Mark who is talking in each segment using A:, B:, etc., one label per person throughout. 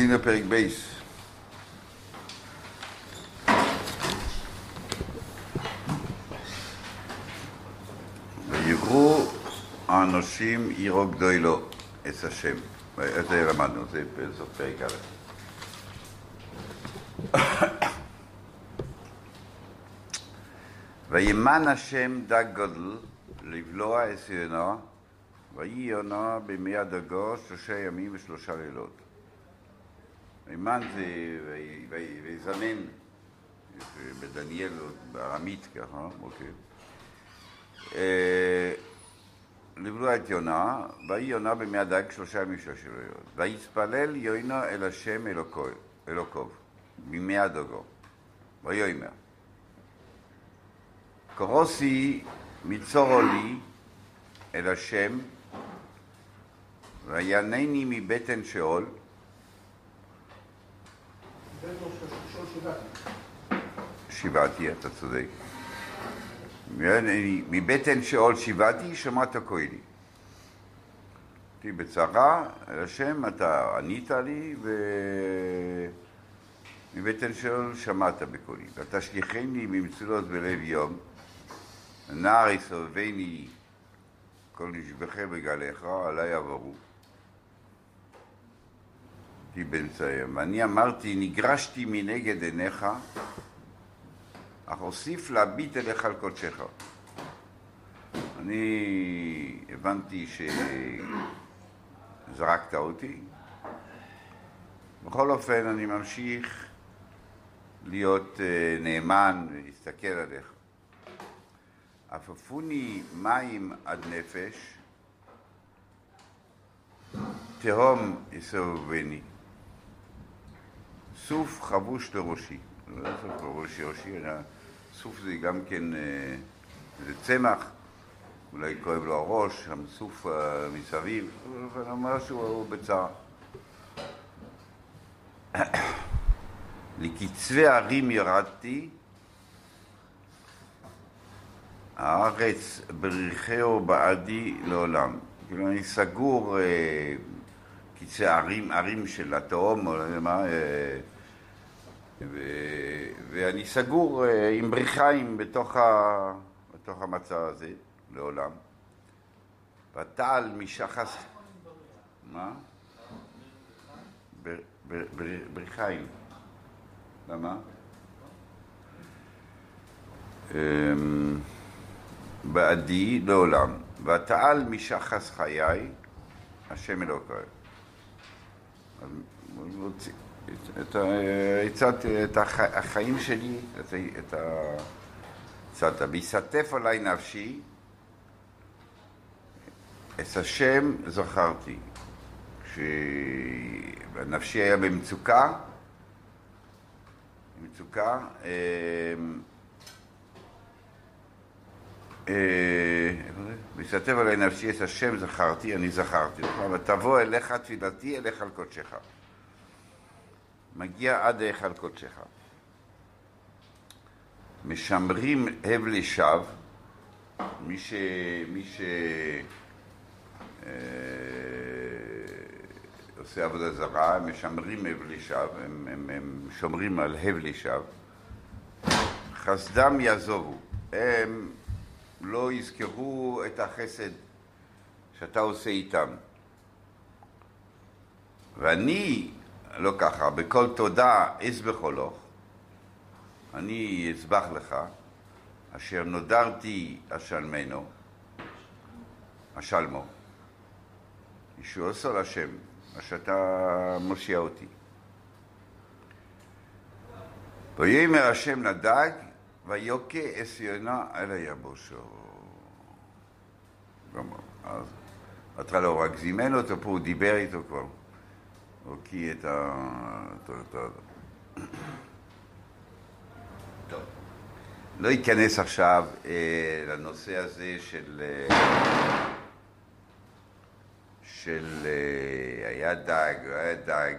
A: הנה פרק בייס. ויראו האנשים עירו גדולו את השם. את זה למדנו, זה בסוף פרק א'. וימן השם דג גודל לבלוע את יונה, ויהי יונה בימי הדגו 3 ימים ו3 לילות. וימן זה ויזמן, בדניאל בארמית ככה, אוקיי. לבלוע את יונה, ויהי יונה בימי הדג 3 ימים ו3 לילות. ויתפלל יונה אל השם אלוקיו, בימי הדגו. ויאמר קרוסי מצורו לי אל השם, ויענני מבטן שאול. שיבעתי, אתה צודק. מבטן שאול שיבעתי, שמעת קולי. אותי בצרה, אל השם אתה ענית לי, מבטן שאול שמעת בקולי. ותשליחני ממצולות בלב יום, נער יסובבני כל נשבחי בגליך, עלי יעברו. אותי באמצעיהם. ואני אמרתי, נגרשתי מנגד עיניך, אך אוסיף להביט אליך על קודשך. אני הבנתי שזרקת אותי. בכל אופן, אני ממשיך להיות נאמן ולהסתכל עליך. אפפוני מים עד נפש, תהום יסובבני. סוף חבוש לראשי. לא סוף חבוש לראשי, סוף זה גם כן, זה צמח, אולי כואב לו הראש, שם סוף מסביב, אבל אומר שהוא בצער. לקצווי ערים ירדתי, הארץ בריחהו בעדי לעולם. כאילו אני סגור קצווי ערים של התהום, או לא מה, ואני סגור עם בריחיים בתוך המצב הזה לעולם. ותעל משחס... מה? בריחיים. למה? בעדי לעולם. ותעל משחס חיי, השם אלוקי. את החיים שלי, ויסתף עליי נפשי, את השם זכרתי. כשנפשי היה במצוקה, ויסתף עליי נפשי, את השם זכרתי, אני זכרתי. ותבוא אליך תפילתי, אליך על קודשך. מגיע עד היכל קודשך. משמרים הבלי שווא, מי עושה עבודה זרה, הם משמרים הבלי שווא, הם שומרים על הבלי שווא. חסדם יעזובו, הם לא יזכרו את החסד שאתה עושה איתם. ואני לא ככה, בכל תודה אסבחו לו, אני אסבח לך, אשר נודרתי השלמו, ישוע עשו לשם, אשר אתה מושיע אותי. ויאמר השם לדג, ויוקה את יונה אל היבושו. אז אתה לא רק זימן אותו פה, הוא דיבר איתו כבר. הוקי את טוב. לא ייכנס עכשיו לנושא הזה של היה דג,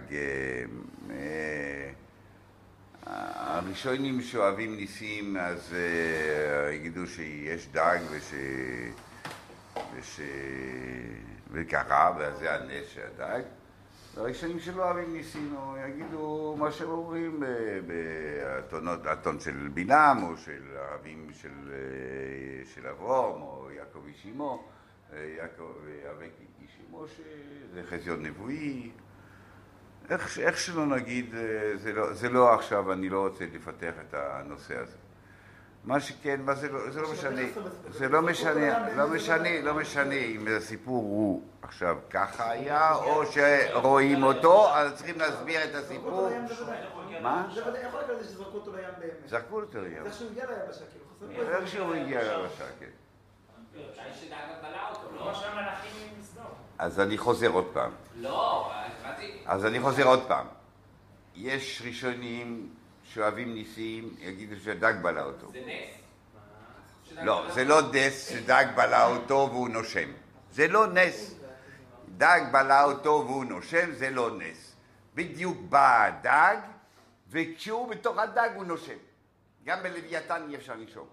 A: הראשונים שאוהבים ניסים אז יגידו שיש דג וקרה, וזה הנס של הדג. הראשונים שלא אוהבים ניסינו, יגידו מה שהם אומרים באתון של בינם, או של האבים של אברום, או יעקב איש אמו, יעקב ואבק איש אמו, שזה חזיון נבואי. איך שלא נגיד, זה לא עכשיו, אני לא רוצה לפתח את הנושא הזה. מה שכן, זה לא משנה, זה לא משנה אם הסיפור הוא עכשיו ככה היה, או שרואים אותו, אז צריכים להסביר את הסיפור. מה?
B: זה ודאי יכול לקרוא לזה שזרקו אותו לים באמת.
A: זרקו אותו לים.
B: איך שהוא הגיע ליבשה, כאילו.
A: איך שהוא הגיע ליבשה, כן.
C: אולי שדאג בלה אותו, לא?
D: כמו שהמלאכים מסדור.
A: אז אני חוזר עוד פעם.
C: לא,
A: אז אני חוזר עוד פעם. יש ראשונים שאוהבים ניסים, יגידו שדג בלה אותו.
C: זה נס?
A: לא, זה לא נס שדג בלה אותו והוא נושם. זה לא נס. דג בלה אותו והוא נושם, זה לא נס. בדיוק בא הדג, וכשהוא בתוך הדג הוא נושם. גם בלוויתן אי אפשר לנשום.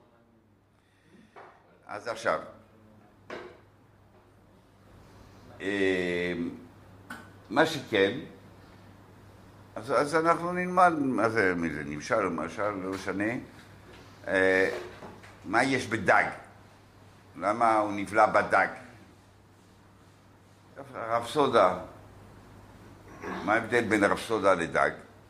A: אז עכשיו, מה שכן, אז אנחנו נלמד, מה זה נמשל או משל, לא משנה, מה יש בדג, למה הוא נבלע בדג. הרב סודה, מה ההבדל בין הרב סודה לדג?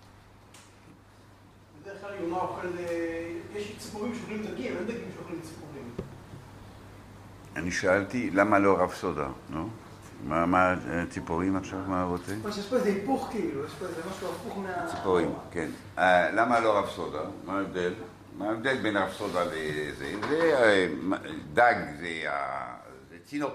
B: בדרך כלל יונה אוכל, יש ציפורים שאוכלים דגים, אין דגים שאוכלים ציפורים.
A: אני שאלתי, למה לא הרב סודה, נו? מה ציפורים עכשיו, מה רוצה?
B: יש פה איזה היפוך כאילו, יש פה איזה משהו הפוך מה...
A: ציפורים, כן. למה לא הרב סודה? מה ההבדל? מה ההבדל בין הרב סודה לזה? דג זה צינוק.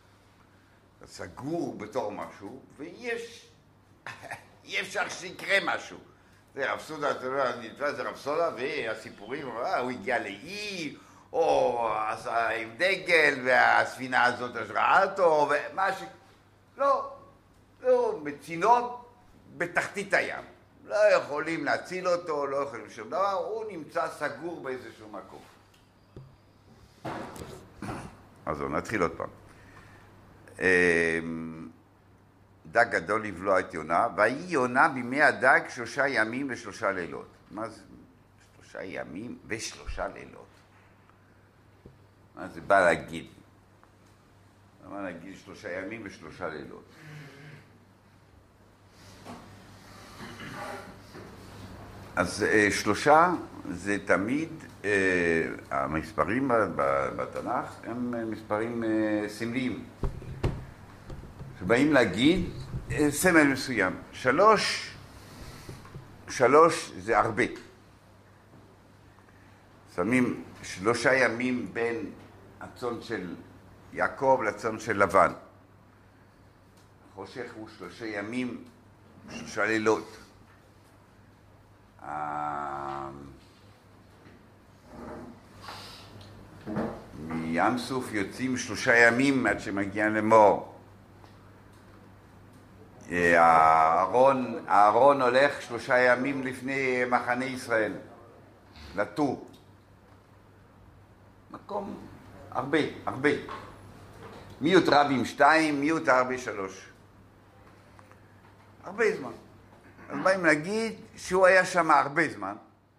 A: סגור בתור משהו, ויש... אי אפשר שיקרה משהו. זה רב סודה, אתה יודע, נתפס זה רב סודה, והסיפורים, הוא הגיע לאי, או עשה עם דגל, והספינה הזאת עזרה אותו, ומה ש... לא, בצינות בתחתית הים. לא יכולים להציל אותו, לא יכולים שום דבר, הוא נמצא סגור באיזשהו מקום. אז נתחיל עוד פעם. דג גדול לבלוע את יונה, והיא יונה בימי הדג 3 ימים ו3 לילות. מה זה? 3 ימים ו3 לילות. מה זה בא להגיד? למה להגיד 3 ימים ו3 לילות? אז 3 זה תמיד, המספרים בתנ"ך הם מספרים סמליים. שבאים להגיד סמל מסוים. 3 זה הרבה. שמים 3 ימים בין הצאן של יעקב לצאן של לבן. חושך הוא 3 ימים, 3 לילות. מים סוף יוצאים 3 ימים עד שמגיע למור. הארון הולך 3 ימים לפני מחנה ישראל, לטור. מקום הרבה. מיעוט רבים 2, מיעוט הרבה 3. הרבה זמן. אז באים להגיד שהוא היה שם הרבה זמן.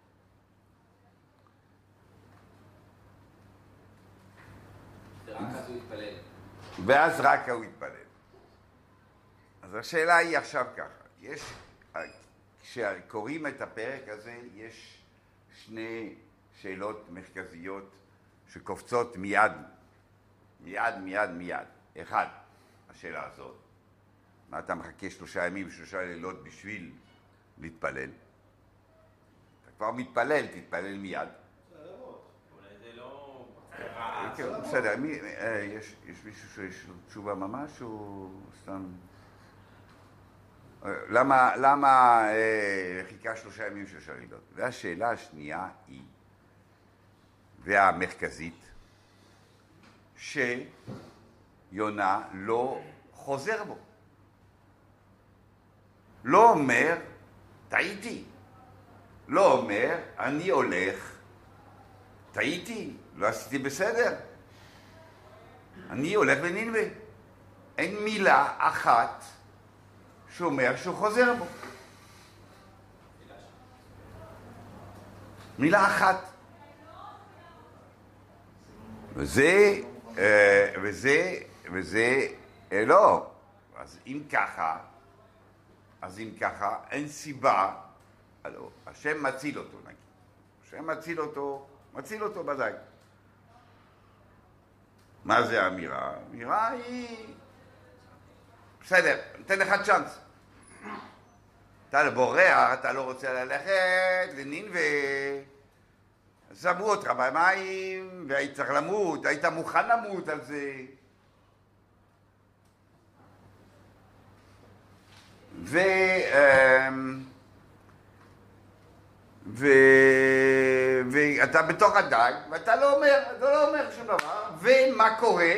A: ואז רק הוא התפלל. אז השאלה היא עכשיו ככה, כשקוראים את הפרק הזה, יש 2 שאלות מרכזיות שקופצות מיד. אחד, השאלה הזאת, מה אתה מחכה 3 ימים ו3 לילות בשביל להתפלל? אתה כבר מתפלל, תתפלל מיד.
D: אולי זה לא...
A: בסדר, יש מישהו שיש לו תשובה ממש או סתם... למה חיכה 3 ימים 3 לילות? והשאלה השנייה היא, והמרכזית, שיונה לא חוזר בו. לא אומר, טעיתי. לא אומר, אני הולך, טעיתי, לא עשיתי בסדר. אני הולך לנינווה. אין מילה אחת שהוא אומר שהוא חוזר בו. מילה אחת. וזה, לא. אז אם ככה, אין סיבה, הלוא, השם מציל אותו, נגיד. השם מציל אותו ודאי. מה זה האמירה? האמירה היא, בסדר, נתן לך צ'אנס. אתה בורח, אתה לא רוצה ללכת לנינווה, שמו אותך במים, והיית צריך למות, היית מוכן למות על זה. ואתה בתוך הדג, ואתה לא אומר שום דבר, ומה קורה?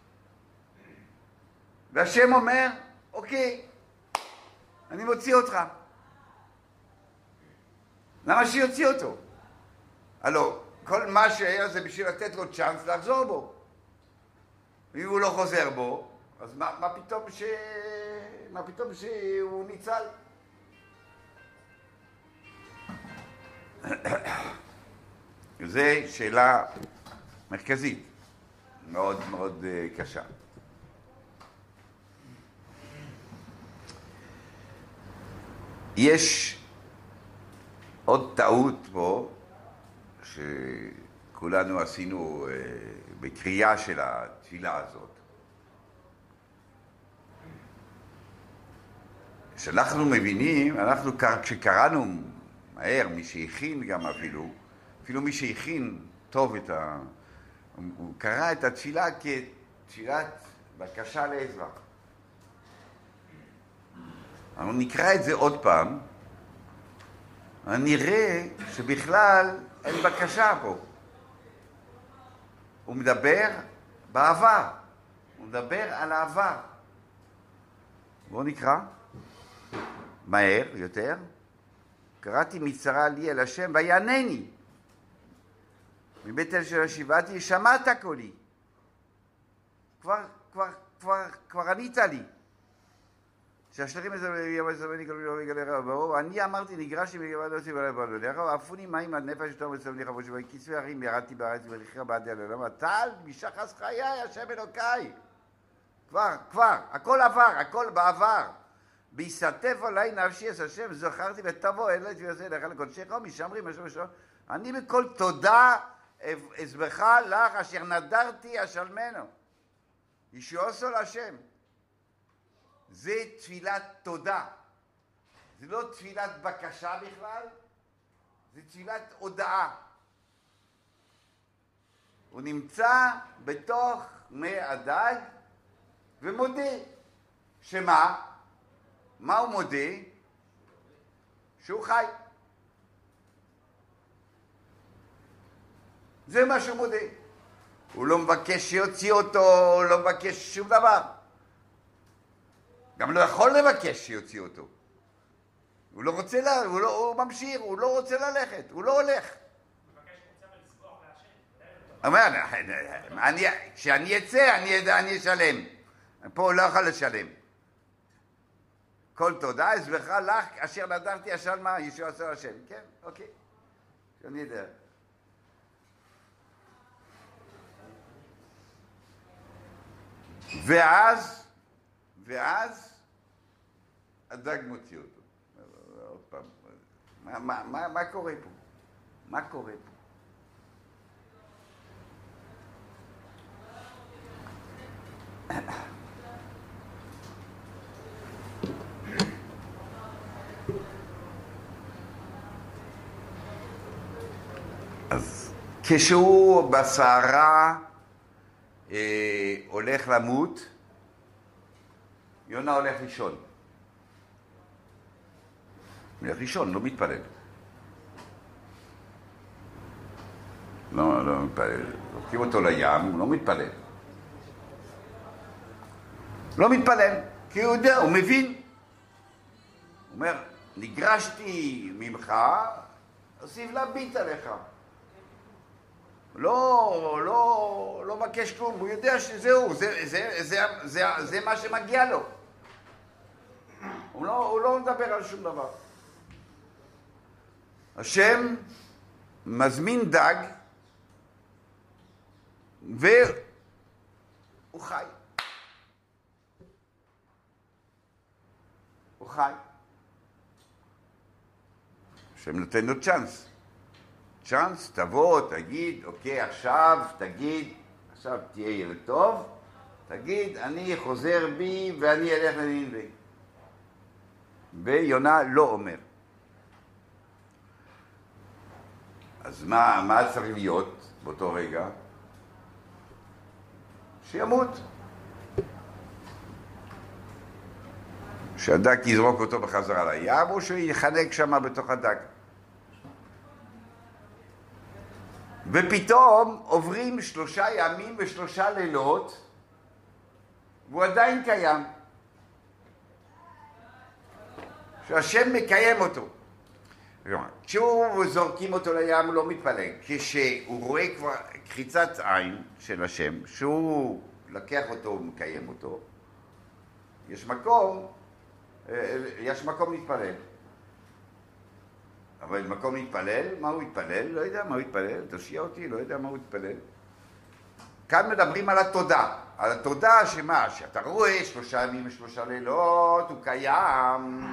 A: והשם אומר, אוקיי, אני מוציא אותך. למה שיוציא אותו? הלוא, כל מה שהיה זה בשביל לתת לו צ'אנס לחזור בו. אם הוא לא חוזר בו, אז מה פתאום שהוא ניצל? זו שאלה מרכזית, מאוד מאוד קשה. יש עוד טעות פה, שכולנו עשינו בקריאה של התפילה הזאת. שאנחנו מבינים, כשקראנו מהר, מי שהכין גם אפילו מי שהכין טוב הוא קרא את התפילה כתפילת בקשה לעזרה. אנחנו נקרא את זה עוד פעם, נראה שבכלל אין בקשה פה. הוא מדבר בעבר, הוא מדבר על העבר. בואו נקרא מהר יותר. קראתי מצרה לי אל השם ויענני. מבית אל של שיבעתי שמעת קולי. כבר ענית לי. שהשלחים את זה יבוא יסבני כל יגלה רב. אני אמרתי נגרשתי ויבוא דוסי ולבוא לך ואפוני מים עד נפש טוב וסבני חבו שבוי כיסוי הרים ירדתי בארץ ולכרה בעדי הללמה טל משחס חיי השם אלוקי. כבר הכל עבר, הכל בעבר. בהסתף עלי נפשי את השם זכרתי ותבוא אלי תביעשה לך לקודשך משמרים אני בכל תודה אזבח לך אשר נדרתי אשלמנו. ישועסו להשם. זה תפילת תודה. זה לא תפילת בקשה בכלל, זה תפילת הודעה. הוא נמצא בתוך מי הדג ומודה. שמה? מה הוא מודה? שהוא חי. זה מה שהוא מודה. הוא לא מבקש שיוציא אותו, הוא לא מבקש שום דבר. גם לא יכול לבקש שיוציא אותו. הוא לא רוצה, הוא ממשיך, הוא לא רוצה ללכת, הוא לא הולך.
B: הוא מבקש רוצה ולסבוח להשם.
A: אומר, כשאני אצא, אני אשלם. פה הוא לא יכול לשלם. כל תודה, אזבח לך, אשר נדרתי אשלמה, ישוע עשה השם. כן, אוקיי. שאני יודע. ואז הדג מוציא אותו. עוד פעם, מה קורה פה? מה קורה פה? אז כשהוא בסערה הולך למות, יונה הולך לישון. הולך לישון, לא מתפלל. לא מתפלל. לוקחים אותו לים, הוא לא מתפלל. לא מתפלל, כי הוא יודע, הוא מבין. הוא אומר, נגרשתי ממך, אוסיף להביט עליך. לא מבקש כלום, הוא יודע שזהו, זה מה שמגיע לו. הוא הוא לא מדבר על שום דבר. השם מזמין דג, והוא חי. הוא חי. השם נותן לו צ'אנס. צ'אנס, תבוא, תגיד, אוקיי, עכשיו תהיה ילד טוב, תגיד, אני חוזר בי ואני אלך לנינווה. ויונה לא אומר. אז מה צריך להיות באותו רגע? שימות. שהדג יזרוק אותו בחזרה לים, או שיחנק שם בתוך הדג. ופתאום עוברים 3 ימים ו3 לילות, והוא עדיין קיים. שהשם מקיים אותו. כשהוא זורקים אותו לים הוא לא מתפלג. כשהוא רואה כבר קריצת עין של השם, שהוא לקח אותו ומקיים אותו, יש מקום להתפלל. אבל מקום להתפלל, מה הוא התפלל? לא יודע מה הוא התפלל, תושיע אותי, לא יודע מה הוא התפלל. כאן מדברים על התודה. על התודה שמה? שאתה רואה 3 ימים ו3 לילות, הוא קיים.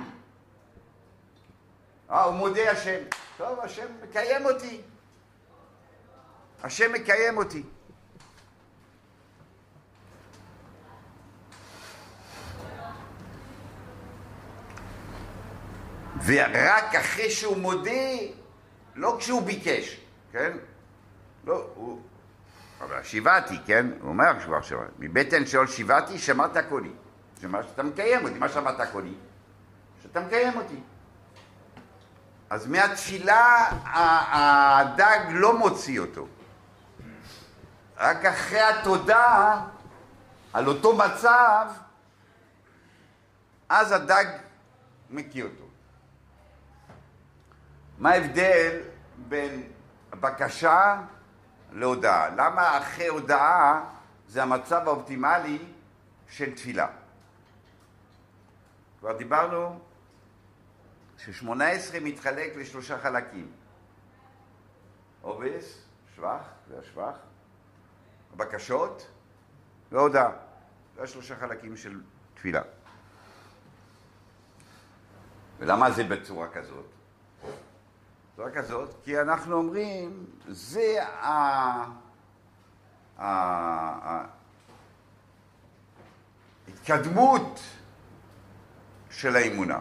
A: הוא מודה השם. טוב, השם מקיים אותי. השם מקיים אותי. ורק אחרי שהוא מודה, לא כשהוא ביקש, כן? לא, אבל שיבעתי, כן? הוא אומר כבר שיבעתי. מבטן שאול שיבעתי, שמעת קולי. שאתה מקיים אותי. מה שמעת קולי? שאתה מקיים אותי. אז מהתפילה הדג לא מוציא אותו. רק אחרי התודה על אותו מצב, אז הדג מקיא אותו. מה ההבדל בין בקשה להודעה? למה אחרי הודעה זה המצב האופטימלי של תפילה? כבר דיברנו ש18 מתחלק ל3 חלקים. עובס, שבח, זה השבח, הבקשות וההודעה. זה 3 חלקים של תפילה. ולמה זה בצורה כזאת? בצורה כזאת, כי אנחנו אומרים, זה ההתקדמות של האמונה.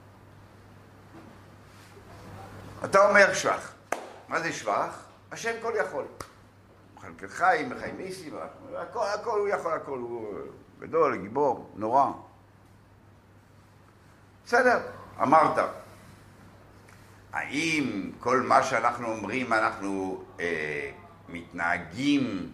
A: אתה אומר שבח. מה זה שבח? השם כל יכול. מחלקת חיים, מחיים ניסים, הכל הוא יכול, הכל הוא גדול, גיבור, נורא. בסדר, אמרת. האם כל מה שאנחנו אומרים אנחנו מתנהגים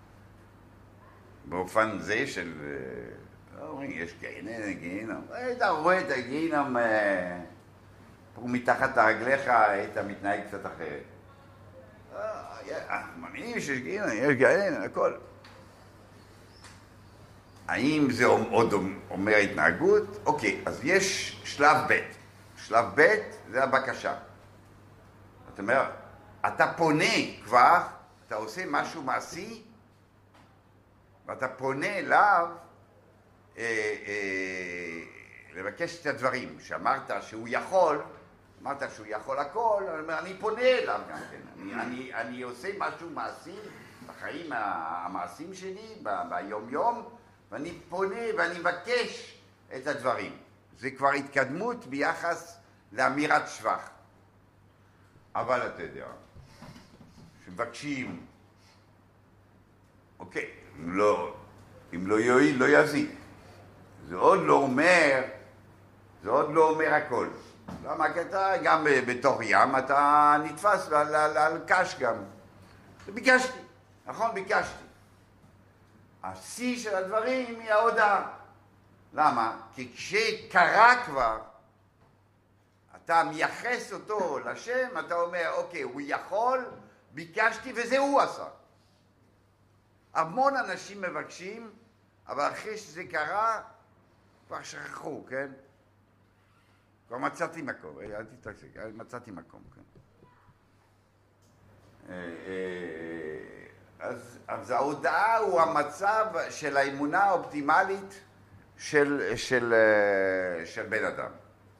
A: באופן זה של... אומרים, יש גיהנום. אתה רואה את הגיהנום פה מתחת לרגליך, היית מתנהג קצת אחרת. מאמינים שיש גיהנום, יש גיהנום, הכל. האם זה עוד אומר התנהגות? אוקיי, אז יש שלב ב'. שלב ב' זה הבקשה. זאת אומרת, אתה פונה כבר, אתה עושה משהו מעשי, ואתה פונה אליו לבקש את הדברים. שאמרת שהוא יכול, אמרת שהוא יכול הכל, אני פונה אליו גם כן. אני עושה משהו מעשי בחיים המעשיים שלי, ביום יום, ואני פונה ואני מבקש את הדברים. זה כבר התקדמות ביחס לאמירת שבח. אבל אתה יודע, שמבקשים, אוקיי, אם לא יועיל, לא יזיק. זה עוד לא אומר הכל. למה? כי אתה גם בתוך ים, אתה נתפס על קש גם. ביקשתי, נכון? ביקשתי. השיא של הדברים היא ההודעה. למה? כי כשקרה כבר, אתה מייחס אותו לשם, אתה אומר, אוקיי, הוא יכול, ביקשתי וזה הוא עשה. המון אנשים מבקשים, אבל אחרי שזה קרה, כבר שכחו, כן? כבר מצאתי מקום, אל תתעסק, מצאתי מקום, כן. אז ההודעה הוא המצב של האמונה האופטימלית של בן אדם.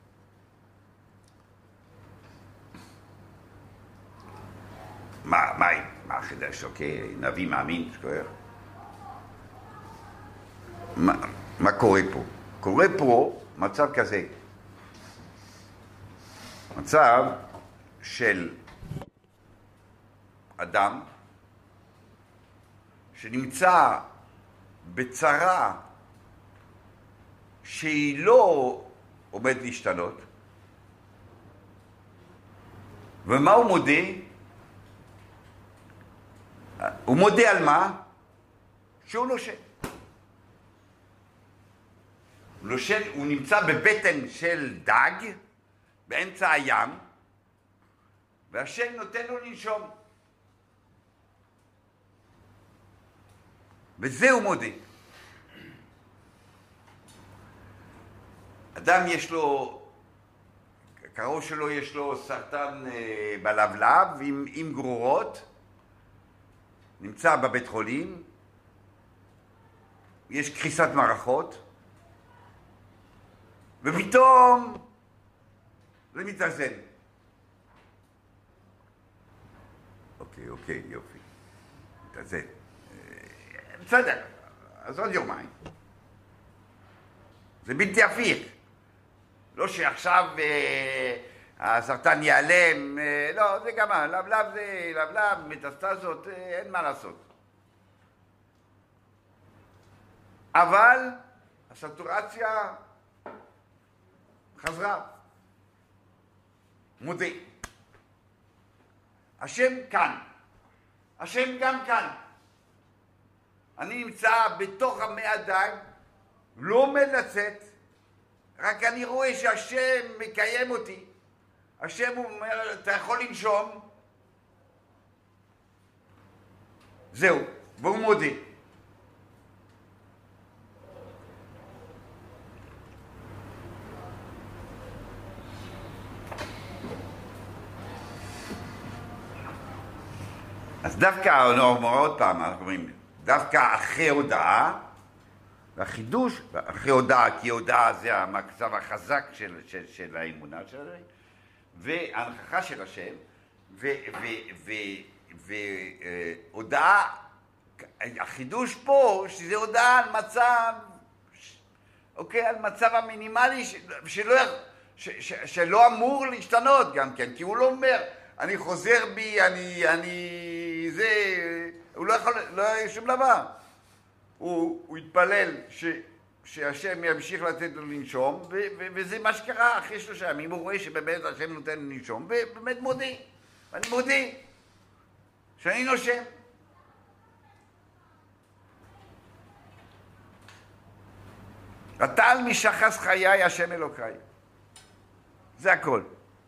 A: מה החידש? אוקיי, נביא מאמין, שכוח. מה קורה פה? קורה פה מצב כזה. מצב של אדם שנמצא בצרה שהיא לא עומד להשתנות. ומה הוא מודה? הוא מודה על מה? שהוא נושן. הוא נמצא בבטן של דג, באמצע הים, והשם נותן לו לנשום. וזה הוא מודה. אדם יש לו, קרוב שלו יש לו סרטן בלבלב עם גרורות, נמצא בבית חולים, יש קריסת מערכות, ופתאום זה מתאזן. אוקיי, יופי. מתאזן. בסדר, אז עוד יומיים. זה בלתי הפיך. לא שעכשיו הסרטן ייעלם, לא, זה גם לבלב זה לבלב, מטסטזות, אין מה לעשות. אבל הסטורציה חזרה. מודה. השם כאן. השם גם כאן. אני נמצא בתוך המי הדג, לא עומד לצאת, רק אני רואה שהשם מקיים אותי. השם אומר, אתה יכול לנשום. זהו, והוא מודה. אז דווקא, עוד פעם, אנחנו אומרים, דווקא אחרי הודעה, והחידוש, אחרי הודעה, כי הודעה זה המצב החזק של האמונה שלנו, וההנכחה של השם, והודעה, החידוש פה, שזה הודעה על מצב, אוקיי, על מצב המינימלי שלא אמור להשתנות גם כן, כי הוא לא אומר, אני חוזר בי, זה, הוא לא יכול, לא יהיה שום דבר. הוא התפלל שהשם ימשיך לתת לו לנשום, וזה מה שקרה אחרי 3 ימים, הוא רואה שבאמת השם נותן לו לנשום, ובאמת מודה, ואני מודה שאני נושם. אתה על משחס חיי השם אלוקיי. זה הכל.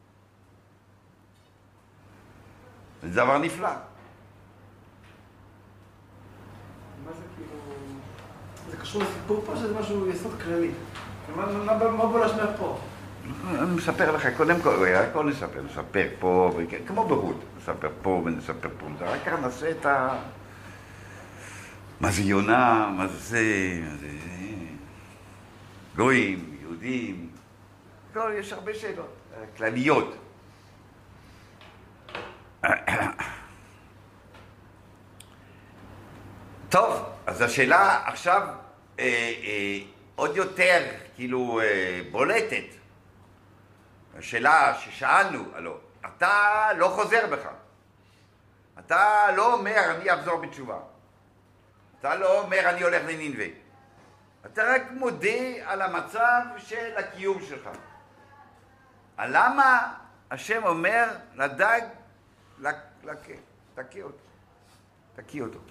A: זה דבר נפלא.
B: מה זה כאילו... זה קשור לסיפור פה שזה משהו יסוד כללי? מה בולש מהפה?
A: אני מספר לך, קודם כל, הכל נספר פה, כמו ברות, נספר פה ונספר פה, רק ככה נעשה את ה... מה זה יונה, מה זה גויים, יהודים, יש הרבה שאלות, כלליות. טוב, אז השאלה עכשיו עוד יותר כאילו בולטת. השאלה ששאלנו, הלא, אתה לא חוזר בך. אתה לא אומר אני אחזור בתשובה. אתה לא אומר אני הולך לנינווה. אתה רק מודה על המצב של הקיום שלך. למה השם אומר לדג תקיא אותו. תקיא אותו.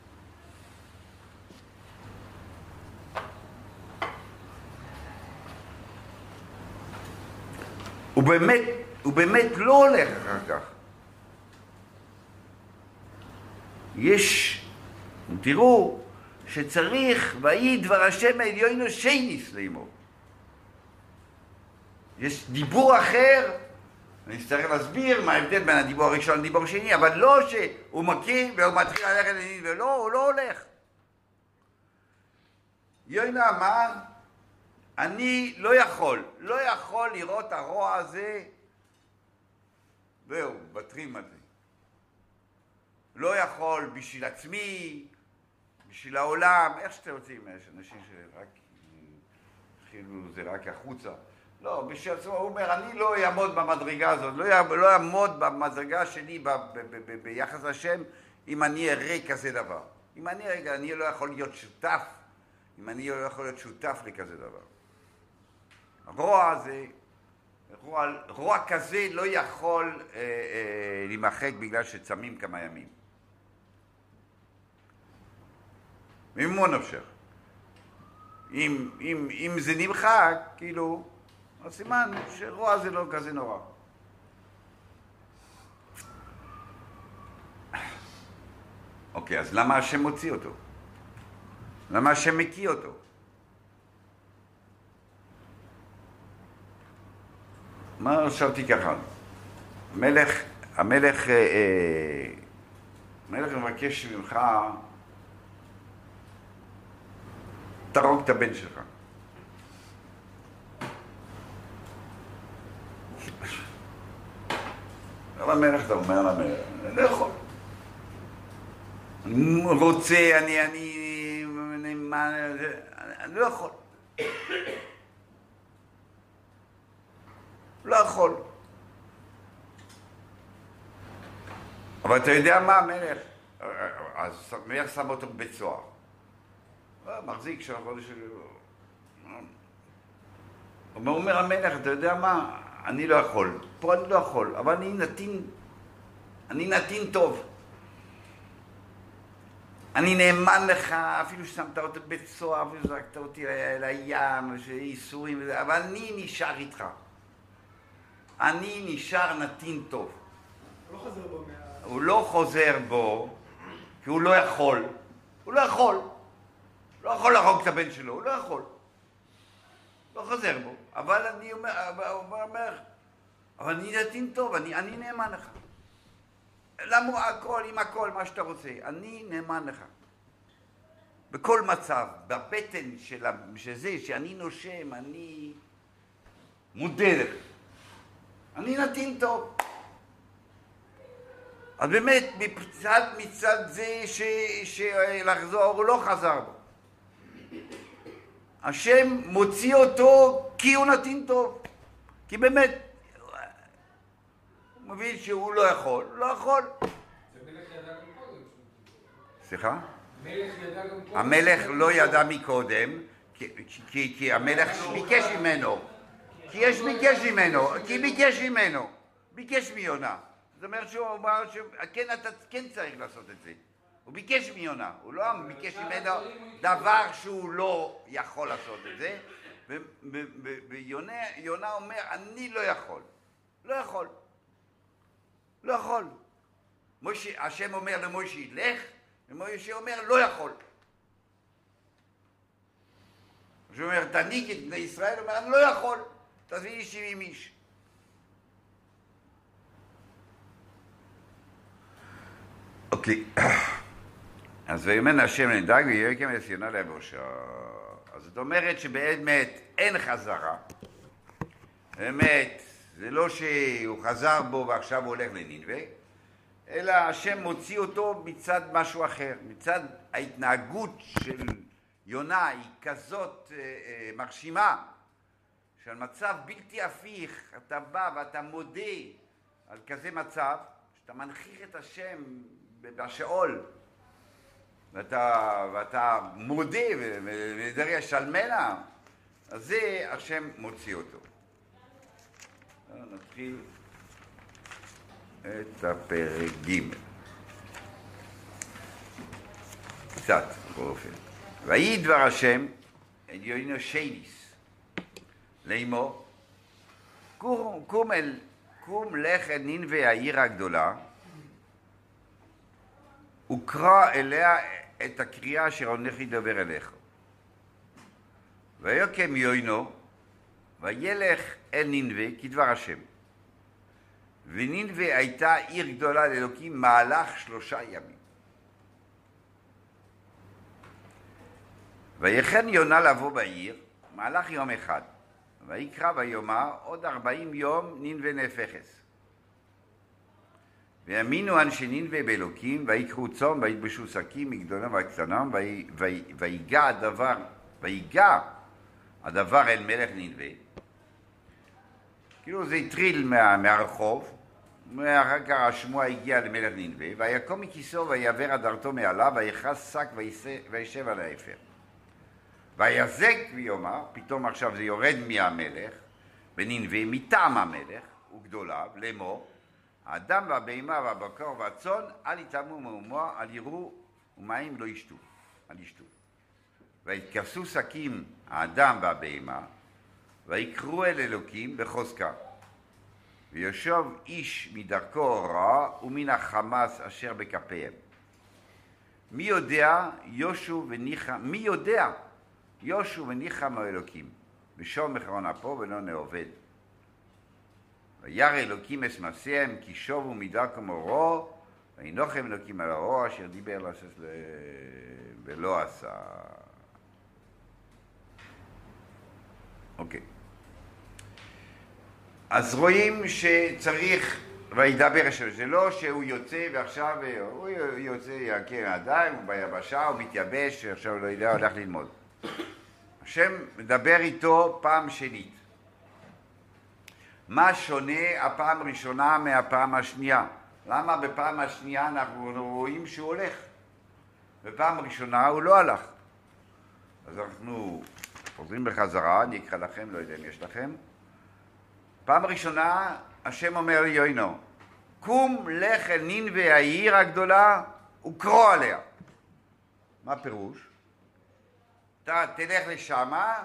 A: הוא באמת לא הולך אחר כך. תראו שצריך, ויהי דבר השם העליון שייניס לאמור. יש דיבור אחר, אני אצטרך להסביר מה ההבדל בין הדיבור הראשון לדיבור השני, אבל לא שהוא מכיר והוא מתחיל ללכת לנינווה, ולא, הוא לא הולך. יונה אמר, אני לא יכול לראות הרוע הזה, זהו, בתרים על זה. לא יכול בשביל עצמי, בשביל העולם, איך שאתם רוצים, יש אנשים שרק, כאילו זה רק החוצה. לא, בשביל עצמו, הוא אומר, אני לא אעמוד במדרגה הזאת, לא אעמוד במדרגה שלי ביחס לשם, אם אני אראה כזה דבר. אם אני לא יכול להיות שותף, אם אני לא יכול להיות שותף לכזה דבר. הרוע הזה, רוע כזה לא יכול להימחק בגלל שצמים כמה ימים. ממה נפשך? אם זה נמחק, כאילו, אז סימן שרוע זה לא כזה נורא. אוקיי, אז למה השם מוציא אותו? למה השם מקיא אותו? מה חשבתי ככה? המלך מבקש ממך, תרוג את הבן שלך. למלך, אתה אומר למלך, אני לא יכול. אני רוצה, אני לא יכול. לא יכול. אבל אתה יודע מה, המלך? אז המלך שם אותו בבית סוהר. מחזיק של החודש שלי. אומר המלך, אתה יודע מה? אני לא יכול. פה אני לא יכול, אבל אני נתין טוב. אני נאמן לך, אפילו ששמת אותי בבית סוהר, אפילו זרקת אותי לים, איסורים וזה, אבל אני נשאר איתך. אני נשאר נתין טוב.
B: הוא לא חוזר בו
A: הוא לא חוזר בו, כי הוא לא יכול. הוא לא יכול. לא יכול להרוג את הבן שלו, הוא לא יכול. לא חוזר בו. אבל אני אומר, אבל אני נתין טוב, אני נאמן לך. למה הכל, עם הכל, מה שאתה רוצה. אני נאמן לך. בכל מצב, בבטן שזה, שאני נושם, אני מודה לך. אני נתין טוב. אז באמת, מצד זה שלחזור, הוא לא חזר בו. השם מוציא אותו כי הוא נתין טוב. כי באמת, הוא מבין שהוא לא יכול, לא יכול.
E: המלך ידע גם קודם.
A: סליחה?
E: המלך ידע גם קודם.
A: המלך לא ידע מקודם, כי המלך ביקש ממנו. ביקש מיונה. זאת אומרת שהוא אמר שכן, אתה כן צריך לעשות את זה. הוא ביקש מיונה, הוא לא ביקש ממנו דבר שהוא לא יכול לעשות את זה. ויונה אומר, אני לא יכול. לא יכול. לא יכול. השם אומר למוישה, לך, ומוישה אומר, לא יכול. הוא אומר, תניק את בני ישראל, הוא אומר, אני לא יכול. תביא לי 70 איש. אוקיי. אז ויאמר השם נדאג ויוקם את יונה לבושה. אז זאת אומרת שבאמת אין חזרה. באמת, זה לא שהוא חזר בו ועכשיו הוא הולך לנינווה, אלא השם מוציא אותו מצד משהו אחר. מצד ההתנהגות של יונה היא כזאת מרשימה, של מצב בלתי הפיך, אתה בא ואתה מודה על כזה מצב, שאתה מנכיח את השם בשאול, ואתה מודה ודרש על מנה, אז זה השם מוציא אותו. נתחיל את הפרק ג' קצת בכל אופן. ויהי דבר השם אל יונו שייניס לאמור, קום לך אל נינווה העיר הגדולה וקרא אליה את הקריאה אשר הולך לדבר אליך. ויקם יונו וילך אל נינווה כדבר השם. ונינווה הייתה עיר גדולה לאלוקים מהלך 3 ימים. ויחן יונה לבוא בעיר, מהלך יום אחד. ויקרא ויאמר עוד 40 יום נינווה נהפכת. ויאמינו אנשי נינווה באלוקים, ויקחו צאן ויתבשו שקים מגדולם וקטנם, ויגע הדבר אל מלך נינווה. כאילו זה התחיל מהרחוב, ואחר כך השמוע הגיע למלך נינווה, ויקום מכיסו ויעבר הדרתו מעליו, ויכס שק וישב על האפר. ויזק ויאמר, פתאום עכשיו זה יורד מהמלך, בנינווה מטעם המלך וגדוליו, לאמור, האדם והבהמה והבקר והצאן, אל יטמאו מאומו, אל יראו ומים לא ישתו, אל ישתו. ויתכסו שקים האדם והבהמה, ויקראו אל אלוקים בחוזקה. ויושב איש מדרכו רע ומן החמאס אשר בכפיהם. מי יודע יושו וניחא מאלוקים, ושום מחרון אפו ולא נעובד. וירא אלוקים את מעשיהם, כי שובו מדרכו מאורו, וינוחם אלוקים על האור אשר דיבר לעשות ולא עשה. אוקיי. אז שצריך וידבר השם, זה לא שהוא יוצא ועכשיו הוא יוצא יקר עדיין, הוא ביבשה, הוא מתייבש, עכשיו לא יודע, הולך ללמוד. השם מדבר איתו פעם שנית. מה שונה הפעם הראשונה מהפעם השנייה? למה בפעם השנייה אנחנו רואים שהוא הולך? בפעם הראשונה הוא לא הלך. אז אנחנו חוזרים בחזרה, אני אקרא לכם, לא יודע אם יש לכם. פעם הראשונה השם אומר לי יוינו, קום לך אל נינווה העיר הגדולה וקרוא עליה. מה פירוש? אתה תלך לשמה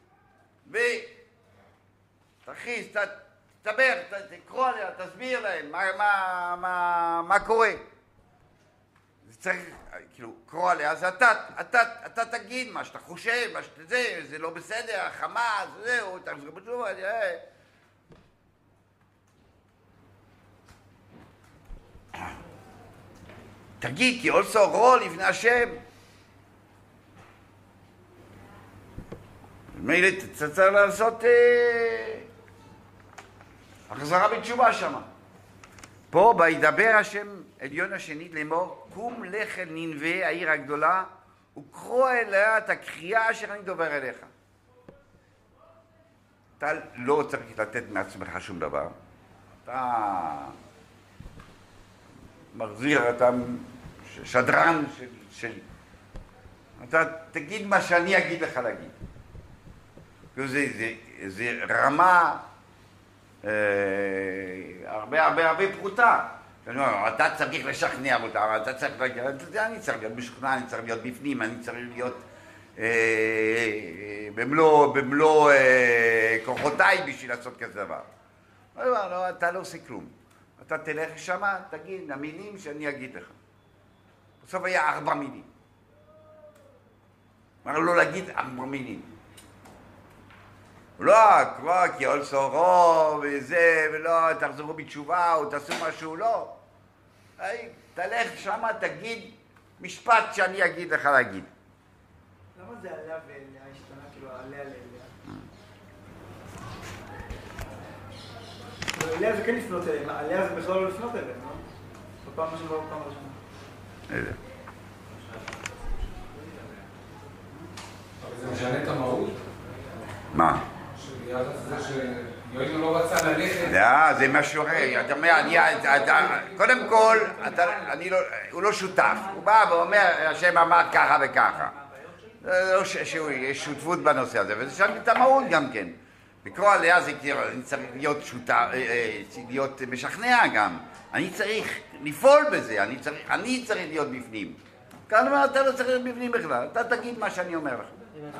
A: ותכריז, תדבר, תקרוא עליה, תסביר להם מה קורה. זה צריך, כאילו, קרוא עליה, אז אתה תגיד מה שאתה חושב, מה שאתה זה לא בסדר, החמאס, זהו, תחזור בתשובה, תגיד, כי עושו רוע לפני השם. מילא צריך לעשות החזרה בתשובה שמה. פה בידבר השם עליון השנית לאמור, קום לך אל נינווה העיר הגדולה וקרוא אליה את הקריאה אשר אני דובר אליך. אתה לא צריך לתת מעצמך שום דבר. אתה מחזיר, אתה שדרן שלי. אתה תגיד מה שאני אגיד לך להגיד. זה רמה הרבה פחותה. אתה צריך לשכנע אותה, אתה צריך להגיד, אני צריך להיות משוכנע, אני צריך להיות בפנים, אני צריך להיות במלוא כוחותיי בשביל לעשות כזה דבר. לא, אתה לא עושה כלום. אתה תלך שמה, תגיד המילים שאני אגיד לך. בסוף היה 4 מילים. אמר לו להגיד 4 מילים. לא, כבר כי עולסו רוב וזה, ולא, תחזרו בתשובה או תעשו משהו, לא. תלך שמה, תגיד משפט שאני אגיד לך להגיד.
B: למה זה עליה ואליה השתנה, כאילו עליה לאליה? אליה זה כן לפנות אליהם, עליה זה בכלל לא לפנות אליהם, לא? בפעם השני ובפעם הראשונה.
A: איזה.
E: אבל זה משנה את המהות?
A: מה?
E: שביחס לזה שיואל לא רצה ללכת...
A: לא, זה משהו אחר. אתה אומר, קודם כל, הוא לא שותף. הוא בא ואומר, השם אמר ככה וככה. לא שיש שותפות בנושא הזה, וזה שם את המהות גם כן. לקרוא עליה זה כאילו, אני צריך להיות שותף, להיות משכנע גם. אני צריך לפעול בזה, אני צריך להיות בפנים. כאן אומר, אתה לא צריך להיות בפנים בכלל, אתה תגיד מה שאני אומר לך.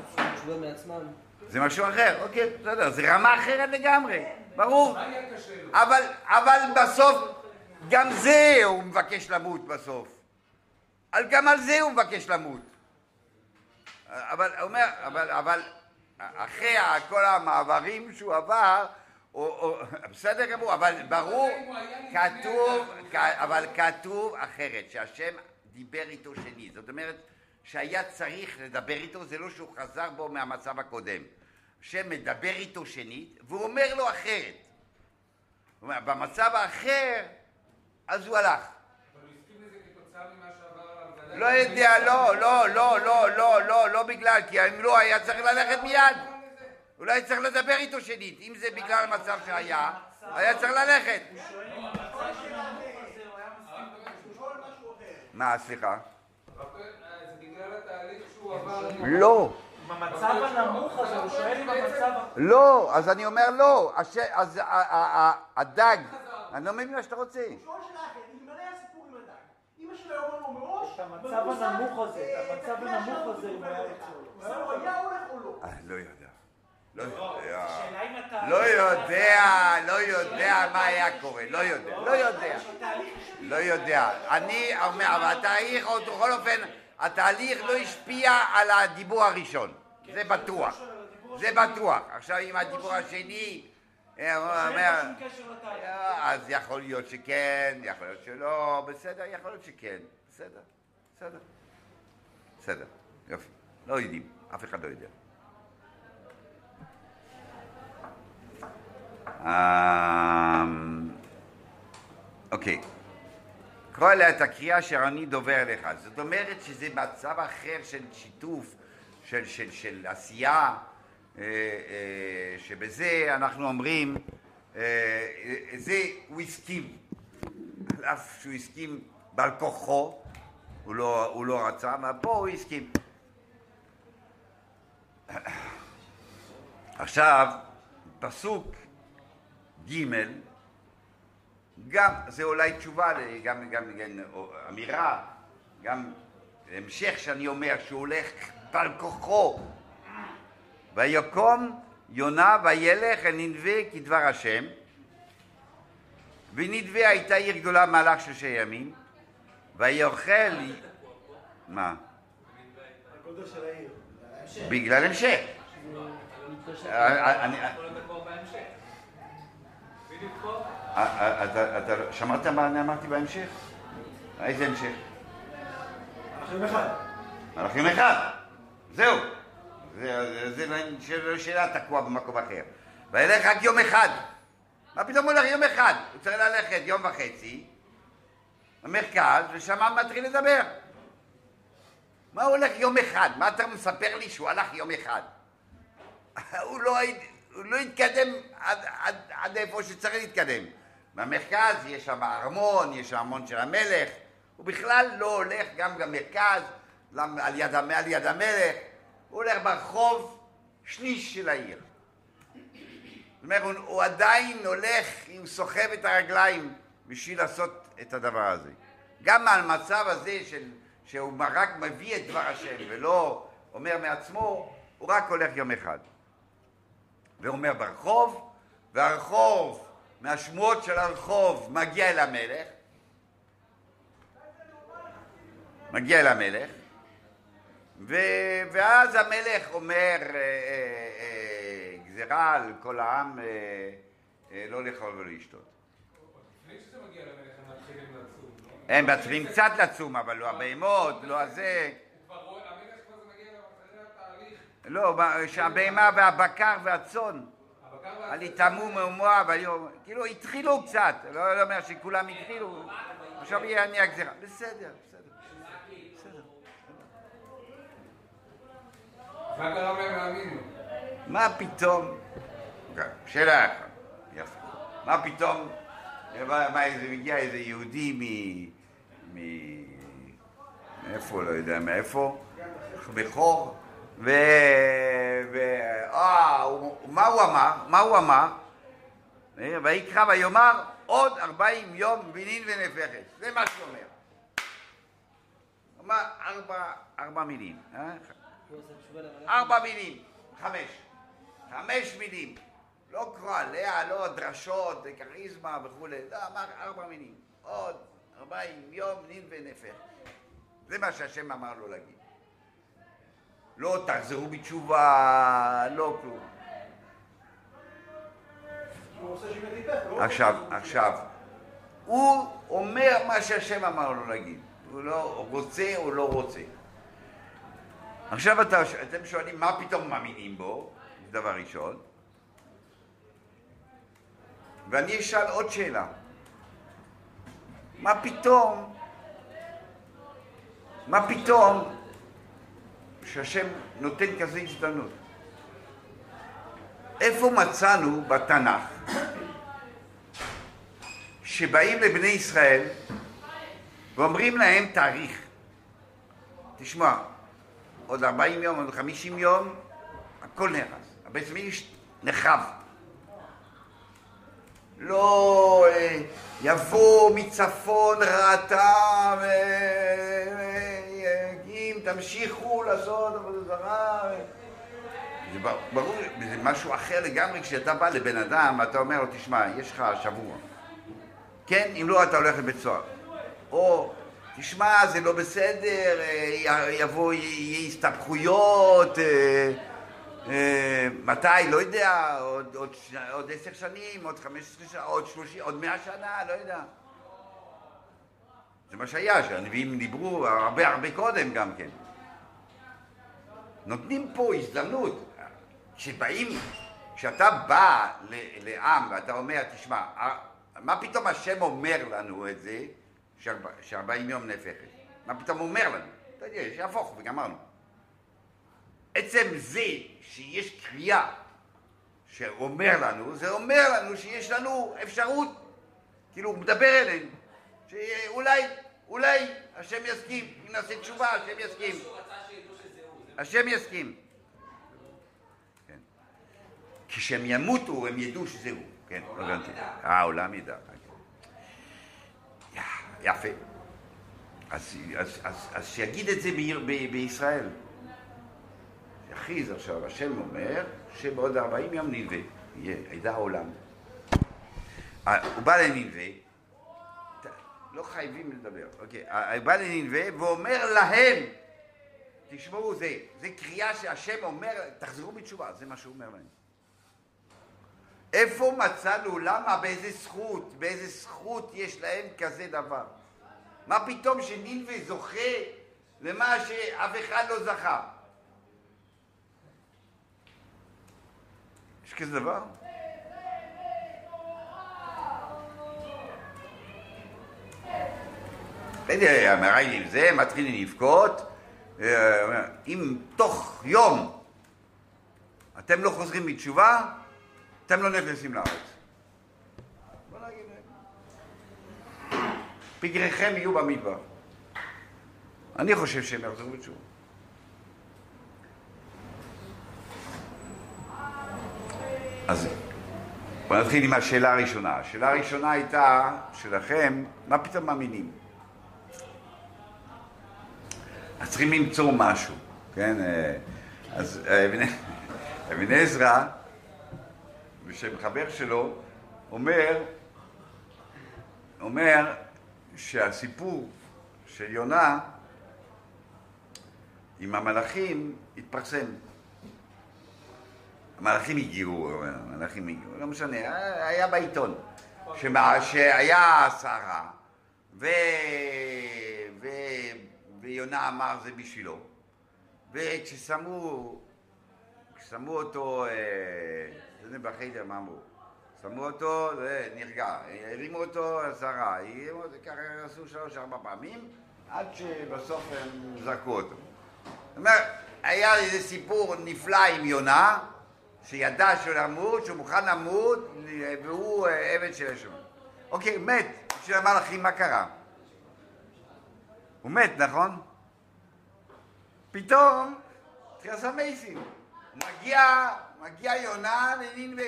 A: זה משהו אחר, אוקיי, בסדר, זה רמה אחרת לגמרי, ברור. אבל בסוף, גם זה הוא מבקש למות בסוף. גם על זה הוא מבקש למות. אבל הוא אומר, אחרי כל המעברים שהוא עבר, בסדר גמור, אבל ברור, כתוב אחרת, שהשם דיבר איתו שנית. זאת אומרת שהיה צריך לדבר איתו, זה לא שהוא חזר בו מהמצב הקודם. השם מדבר איתו שנית, והוא אומר לו אחרת. במצב האחר, אז הוא הלך.
E: אבל הוא הסכים לזה כתוצאה ממה שעבר עליו.
A: לא יודע, לא בגלל, כי אם לא היה צריך ללכת מיד. אולי צריך לדבר איתו שנית, אם זה בגלל המצב שהיה, היה צריך ללכת.
B: הוא שואל אם המצב של הנמוך הזה, הוא היה מסכים, הוא שואל משהו אחר.
A: מה, סליחה?
E: זה בגלל התהליך שהוא עבר.
A: לא.
B: במצב הנמוך הזה, הוא שואל אם המצב...
A: לא, אז אני אומר לא. אז הדג, אני לא מבין מה שאתה רוצה.
F: הוא שואל שאלה אחרת, אלמלא הסיפור עם הדג. אמא שלו אומר לו מראש,
B: המצב הנמוך הזה, המצב הנמוך הזה, הוא היה רוצה לו.
F: הוא היה הולך או לא?
A: לא יודע.
B: השאלה אם אתה...
A: לא יודע מה היה קורה, לא יודע. אני אומר, אבל התהליך, בכל אופן, התהליך לא השפיע על הדיבור הראשון, זה בטוח. עכשיו עם הדיבור השני, אז יכול להיות שכן, יכול להיות שלא, בסדר, יכול להיות שכן, בסדר, יופי, לא יודעים, אף אחד לא יודע. אוקיי, קרוא אליה את הקריאה אשר אני דובר לך. זאת אומרת שזה מצב אחר של שיתוף, של עשייה, שבזה אנחנו אומרים, זה הוא הסכים, על אף שהוא הסכים בעל כוחו, הוא לא רצה, אבל פה הוא הסכים. עכשיו, פסוק ג' גם, זה אולי תשובה, גם אמירה, גם המשך שאני אומר שהוא הולך בעל כוחו. ויקום יונה וילך אל נינווה כדבר השם, ונינווה הייתה עיר גדולה מהלך 3 ימים, ויאכל... מה?
B: הגודל של העיר.
A: בגלל המשך. אתה שמעת מה אני אמרתי בהמשך? איזה המשך? מלאכים אחד. זהו. זה לא שאלה תקוע במקום אחר. וילך רק יום אחד. מה פתאום הוא הולך יום אחד? הוא צריך ללכת 1.5 יום במרכז, ושם מתחיל לדבר. מה הוא הולך יום אחד? מה אתה מספר לי שהוא הלך יום אחד? הוא לא התקדם עד איפה שצריך להתקדם. במרכז יש שם ארמון, יש שם ארמון של המלך, הוא בכלל לא הולך גם במרכז, על יד המלך, הוא הולך ברחוב שליש של העיר. זאת אומרת, הוא עדיין הולך, הוא סוחב את הרגליים בשביל לעשות את הדבר הזה. גם על מצב הזה שהוא רק מביא את דבר השם ולא אומר מעצמו, הוא רק הולך יום אחד. ואומר ברחוב, והרחוב, מהשמועות של הרחוב מגיע אל המלך, ואז המלך אומר גזירה על כל העם לא לאכול ולא לשתות.
E: לפני שזה מגיע למלך הם מתחילים לצום, לא?
A: הם מתחילים קצת לצום, אבל לא הבהמות, לא הזה.
E: המלך כבר זה מגיע אחרי התהליך.
A: לא, שהבהמה והבקר והצאן. על יתאמו מהומה, כאילו התחילו קצת, לא אומר שכולם התחילו, עכשיו יהיה אני הגזירה. בסדר.
E: מה קרה להם להאמין לו?
A: מה פתאום? שאלה אחת, יפה. מה פתאום? מגיע איזה יהודי מאיפה, לא יודע מאיפה, בכור, מה הוא אמר? ויקרא ויאמר עוד 40 יום בנין ונפחת. זה מה שהוא אומר. הוא אמר 4 מילים. 4 מילים. 5 מילים. לא קרוא עליה, לא דרשות, כריזמה וכו'. לא, אמר 4 מילים. עוד 40 יום בנין ונפחת. זה מה שהשם אמר לו להגיד. לא תחזרו בתשובה, לא כלום.
F: הוא עושה שינוי טיפך, לא
A: עכשיו, הוא אומר מה שהשם אמר לו להגיד. הוא לא רוצה או לא רוצה. עכשיו אתם שואלים מה פתאום מאמינים בו, זה דבר ראשון. ואני אשאל עוד שאלה. מה פתאום שהשם נותן כזה הזדמנות? איפה מצאנו בתנ"ך שבאים לבני ישראל ואומרים להם תאריך? תשמע, עוד 40 יום, עוד 50 יום, הכל נהרס. הבית המקדש נחרב. לא יבוא מצפון רעתה אם תמשיכו לעשות עבודה זרה. זה ברור, זה משהו אחר לגמרי כשאתה בא לבן אדם ואתה אומר לו, תשמע, יש לך שבוע. כן, אם לא אתה הולך לבית סוהר. או, תשמע, זה לא בסדר, יהיה הסתבכויות, מתי, לא יודע, עוד 10 שנים, עוד 15 שנה, עוד 30, עוד 100 שנה, לא יודע. זה מה שהיה, שהנביאים דיברו הרבה קודם גם כן. נותנים פה הזדמנות. כשאתה בא לעם ואתה אומר, תשמע, מה פתאום השם אומר לנו את זה, ש40 יום נהפכת? מה פתאום אומר לנו? אתה יודע, שיהפוך וגמרנו. עצם זה שיש קריאה שאומר לנו, זה אומר לנו שיש לנו אפשרות, כאילו הוא מדבר אלינו, שאולי השם יסכים, אם נעשה תשובה, השם יסכים. השם יסכים. כן. כשהם ימותו, הם ידעו שזהו. כן, הבנתי. העולם ידע. יפה. אז שיגיד את זה בישראל. יכריז עכשיו, השם אומר שבעוד 40 יום נינווה, ידע העולם. הוא בא לנינווה, לא חייבים לדבר, אוקיי, הוא בא לנינווה ואומר להם, תשמעו, זה קריאה שהשם אומר, תחזרו בתשובה, זה מה שהוא אומר להם. איפה מצאנו, למה, באיזה זכות יש להם כזה דבר? מה פתאום שנינווה זוכה למה שאף אחד לא זכה? יש כזה דבר? מראים זה, מתחילים לבכות, אם תוך יום אתם לא חוזרים בתשובה, אתם לא נכנסים לארץ. בוא נגיד להם. פגריכם יהיו במדבר. אני חושב שהם יחזרו בתשובה. אז בוא נתחיל עם השאלה הראשונה. השאלה הראשונה הייתה שלכם, מה פתאום מאמינים? אז צריכים למצוא משהו, כן? אז אבן עזרא, בשם חבר שלו, אומר שהסיפור של יונה עם המלאכים התפרסם. המלאכים הגיעו, לא משנה, היה בעיתון, שהיה סערה, ויונה אמר זה בשבילו, וכששמו אותו, זה בחדר מה אמרו, שמו אותו, זה נרגע, הרימו אותו סערה, ככה עשו 3-4 פעמים, עד שבסוף הם זרקו אותו. זאת אומרת, היה איזה סיפור נפלא עם יונה, שידע שהוא למות, שהוא מוכן למות, והוא עבד של השם. אוקיי, מת, בשביל המלאכים מה קרה? הוא מת, נכון? פתאום, תחס המייסים, מגיע יונה לנינווה.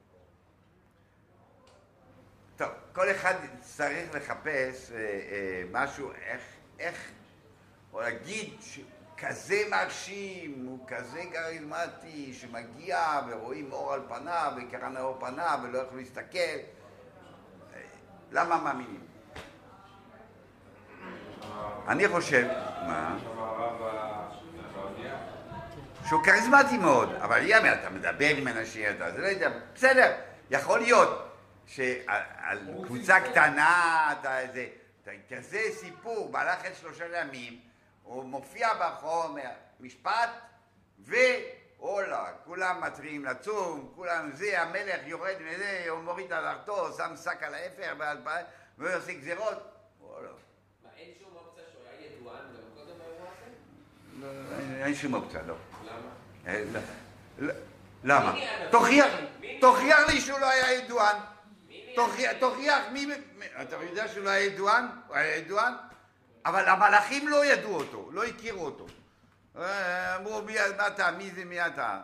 A: טוב, כל אחד צריך לחפש משהו, איך, או להגיד כזה מרשים, הוא כזה כריזמטי, שמגיע ורואים אור על פניו, וקרן האור פניו, ולא יכול להסתכל. למה מאמינים? אני חושב... מה? שהוא כריזמטי מאוד, אבל יאמר, אתה מדבר עם אנשים, אתה לא יודע, בסדר, יכול להיות שעל קבוצה קטנה, כזה סיפור, בהלך את 3 ימים, הוא מופיע ברחוב, משפט, והולה, כולם מתריעים לצום, כולם זה, המלך יורד מזה, הוא מוריד על ארתו, שם שק על האפר, והוא עושה גזירות, וואלה.
C: מה, אין שום אופציה שהוא היה ידוען גם קודם באירוע הזה?
A: אין שום אופציה, לא.
C: למה?
A: למה? תוכיח לי שהוא לא היה ידוען. תוכיח, אתה יודע שהוא לא היה ידוען? הוא היה ידוען? אבל המלאכים לא ידעו אותו, לא הכירו אותו. אמרו, מי אתה? מי זה? מי אתה?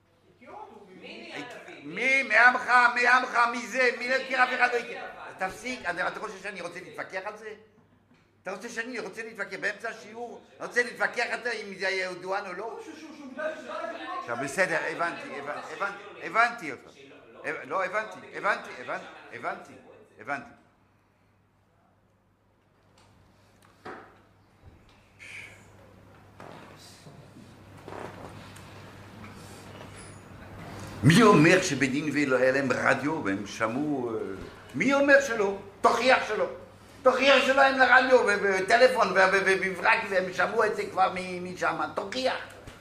A: מי? מעמך, מי זה? מי לא הכיר? אף אחד לא הכיר. תפסיק, אתה חושב שאני רוצה להתווכח על זה? אתה רוצה שאני רוצה להתווכח באמצע השיעור? אתה רוצה להתווכח על זה אם זה היה ידוען או לא? עכשיו בסדר, הבנתי אותך. לא, הבנתי. מי אומר שבנינווה לא היה להם רדיו והם שמעו... מי אומר שלא? תוכיח שלא. תוכיח שלא הם לרדיו וטלפון ובברק והם שמעו את זה כבר משם. תוכיח.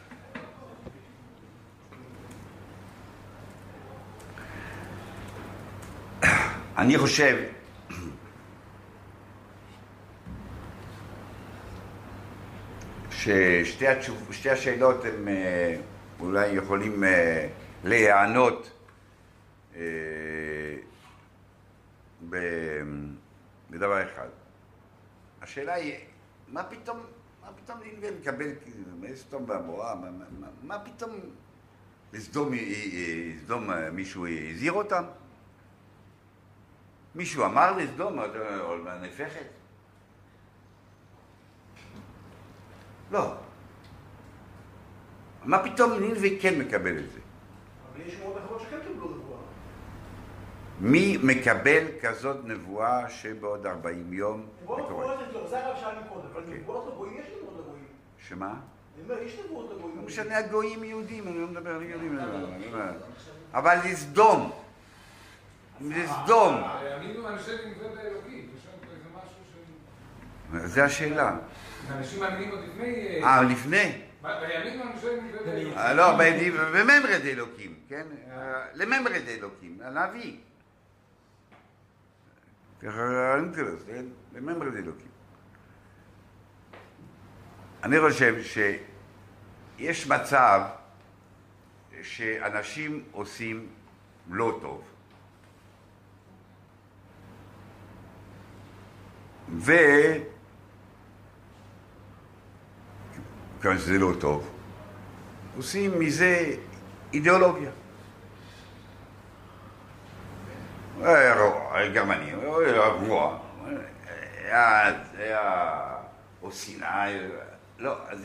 A: אני חושב ששתי השאלות הם אולי יכולים להיענות בדבר אחד. השאלה היא, מה פתאום נינווה מקבל, סדום ועמורה, מה פתאום לסדום מישהו הזהיר אותם? מישהו אמר לסדום, או נפחת? לא. מה פתאום נינווה כן מקבל את זה?
F: אבל יש מאוד אחרות שכן קיבלו נבואה.
A: מי מקבל כזאת נבואה שבעוד 40 יום זה קורה?
F: נבואות לא, זה הרב שאלנו קודם, אבל נבואות לגויים, יש נבואות לגויים.
A: שמה?
F: אני אומר, יש נבואות לגויים.
A: לא משנה, הגויים יהודים, אני לא מדבר על יהודים. אבל לסדום. לסדום.
E: האמינו אנשי נינווה באלוקים, יש שם איזה משהו של...
A: זה השאלה.
E: אנשים מאמינים עוד לפני...
A: לפני?
E: ויאמינו אנשי נינווה באלוקים.
A: לא, בממרד אלוקים, כן? לממרד אלוקים, הנביא. ככה האינטרס, כן? לממרד אלוקים. אני חושב שיש מצב שאנשים עושים לא טוב. כיוון שזה לא טוב, עושים מזה אידיאולוגיה. גרמני, רוע, או שנאה, לא, אז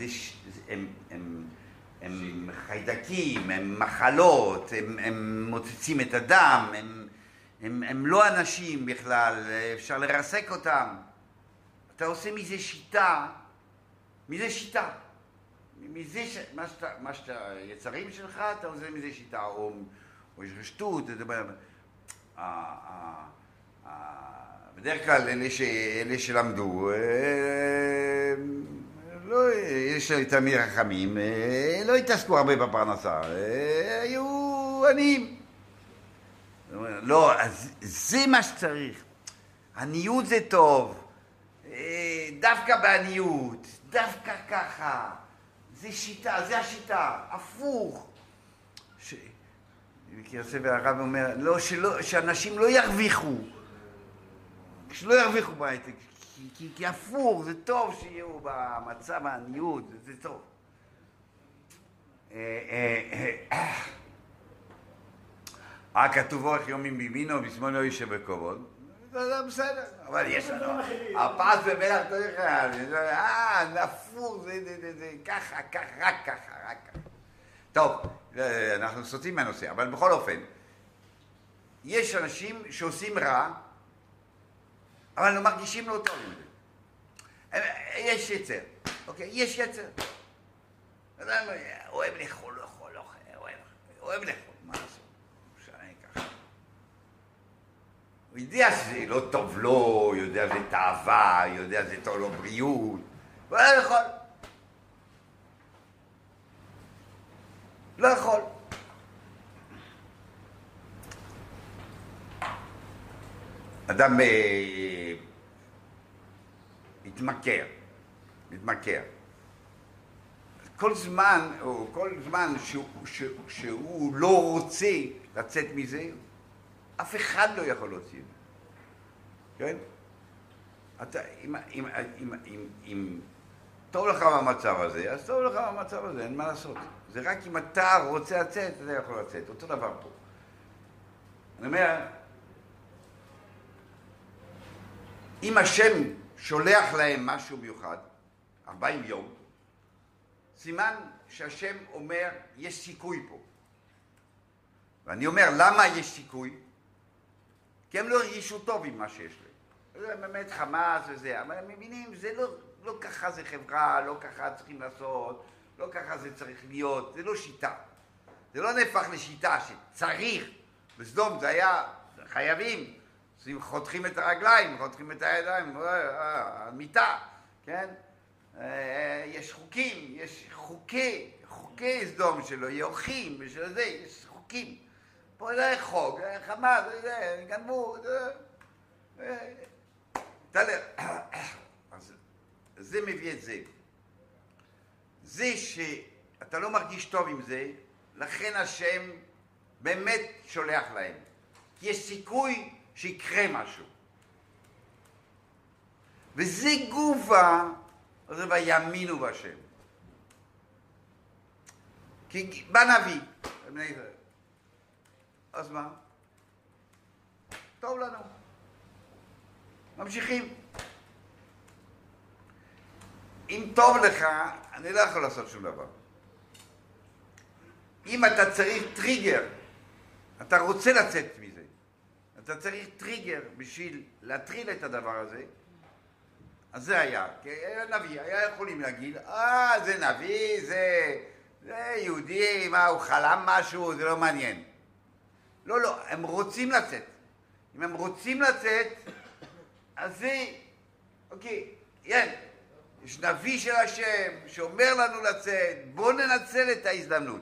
A: הם חיידקים, הם מחלות, הם מוצצים את הדם, הם לא אנשים בכלל, אפשר לרסק אותם. אתה עושה מזה שיטה, מזה מה שאתה יצרים שלך, אתה עושה מזה שיטה, או יש רשתות, בדרך כלל אלה שלמדו, לא, יש תלמידי חכמים, לא התעסקו הרבה בפרנסה, היו עניים. לא, אז זה מה שצריך. עניות זה טוב, דווקא בעניות, דווקא ככה. זה שיטה, זה השיטה, הפוך. כי הספר הרב אומר, לא, שאנשים לא ירוויחו. שלא ירוויחו בהייטק. כי הפוך, זה טוב שיהיו במצב העניות, זה טוב. כתוב אורך יומים בימינו, בשמאלו איש שבכבוד. זה בסדר, אבל יש לנו. הפס במלח לא יחד, נפור, זה ככה, רק ככה. טוב, אנחנו סוטים מהנושא, אבל בכל אופן, יש אנשים שעושים רע, אבל לא מרגישים לא טוב עם זה. יש יצר, אוקיי? יש יצר. אדם אוהב לאכול, אוהב לאכול, מה לעשות? הוא שנה ככה. הוא יודע שזה לא טוב לו, הוא יודע שזה תאווה, הוא יודע שזה טוב לו בריאות, הוא לא יכול. לא יכול. אדם מתמכר. כל זמן שהוא לא רוצה לצאת מזה, אף אחד לא יכול להוציא את זה. כן? אם טוב לך במצב הזה, אז טוב לך במצב הזה, אין מה לעשות. זה רק אם אתה רוצה לצאת, אתה יכול לצאת. אותו דבר פה. אני אומר, אם השם שולח להם משהו מיוחד, 40 יום, סימן שהשם אומר, יש סיכוי פה. ואני אומר, למה יש סיכוי? כי הם לא הרגישו טוב עם מה שיש להם. זה באמת חמאס וזה, אבל הם מבינים, זה לא ככה זה חברה, לא ככה צריכים לעשות, לא ככה זה צריך להיות, זה לא שיטה. זה לא נהפך לשיטה שצריך. בסדום זה היה חייבים. חותכים את הרגליים, חותכים את הידיים, המיטה, כן? יש חוקים, יש חוקי סדום שלו, יורחים, ושל זה, יש חוקים. פה זה חוק, חמאס, גנבו, אז זה מביא את זה. זה שאתה לא מרגיש טוב עם זה, לכן השם באמת שולח להם. כי יש סיכוי שיקרה משהו. וזה גופה, זה ויאמינו בהשם. כי בא נביא, בני ישראל. אז מה? טוב לנו. ממשיכים. אם טוב לך, אני לא יכול לעשות שום דבר. אם אתה צריך טריגר, אתה רוצה לצאת מזה, אתה צריך טריגר בשביל להטריל את הדבר הזה, אז זה היה. כי נביא, היה יכולים להגיד, זה נביא, זה יהודי, מה, הוא חלם משהו, זה לא מעניין. לא, הם רוצים לצאת. אם הם רוצים לצאת, אז זה, אוקיי, יש נביא של השם שאומר לנו לצאת, בואו ננצל את ההזדמנות.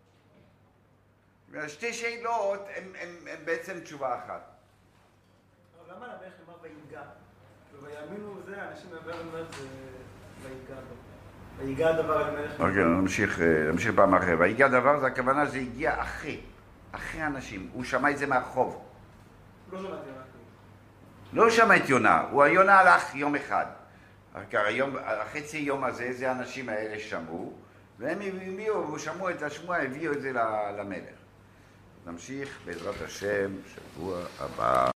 A: והשתי שאלות הן בעצם תשובה אחת.
B: אבל למה לברך אמר ויגע? ויאמינו זה, אנשים מדברים על זה ויגע דבר. ויגע הדבר על מלך.
A: אוקיי, נמשיך פעם אחרי. ויגע דבר זה הכוונה שזה הגיע אחרי אנשים. הוא שמע את זה מהרחוב.
B: לא שמעתי מה.
A: לא שמע את יונה, היונה הלך יום אחד. החצי יום הזה, זה האנשים האלה שמעו, והם שמעו את השמוע, הביאו את זה למלך. נמשיך בעזרת השם, שבוע הבא.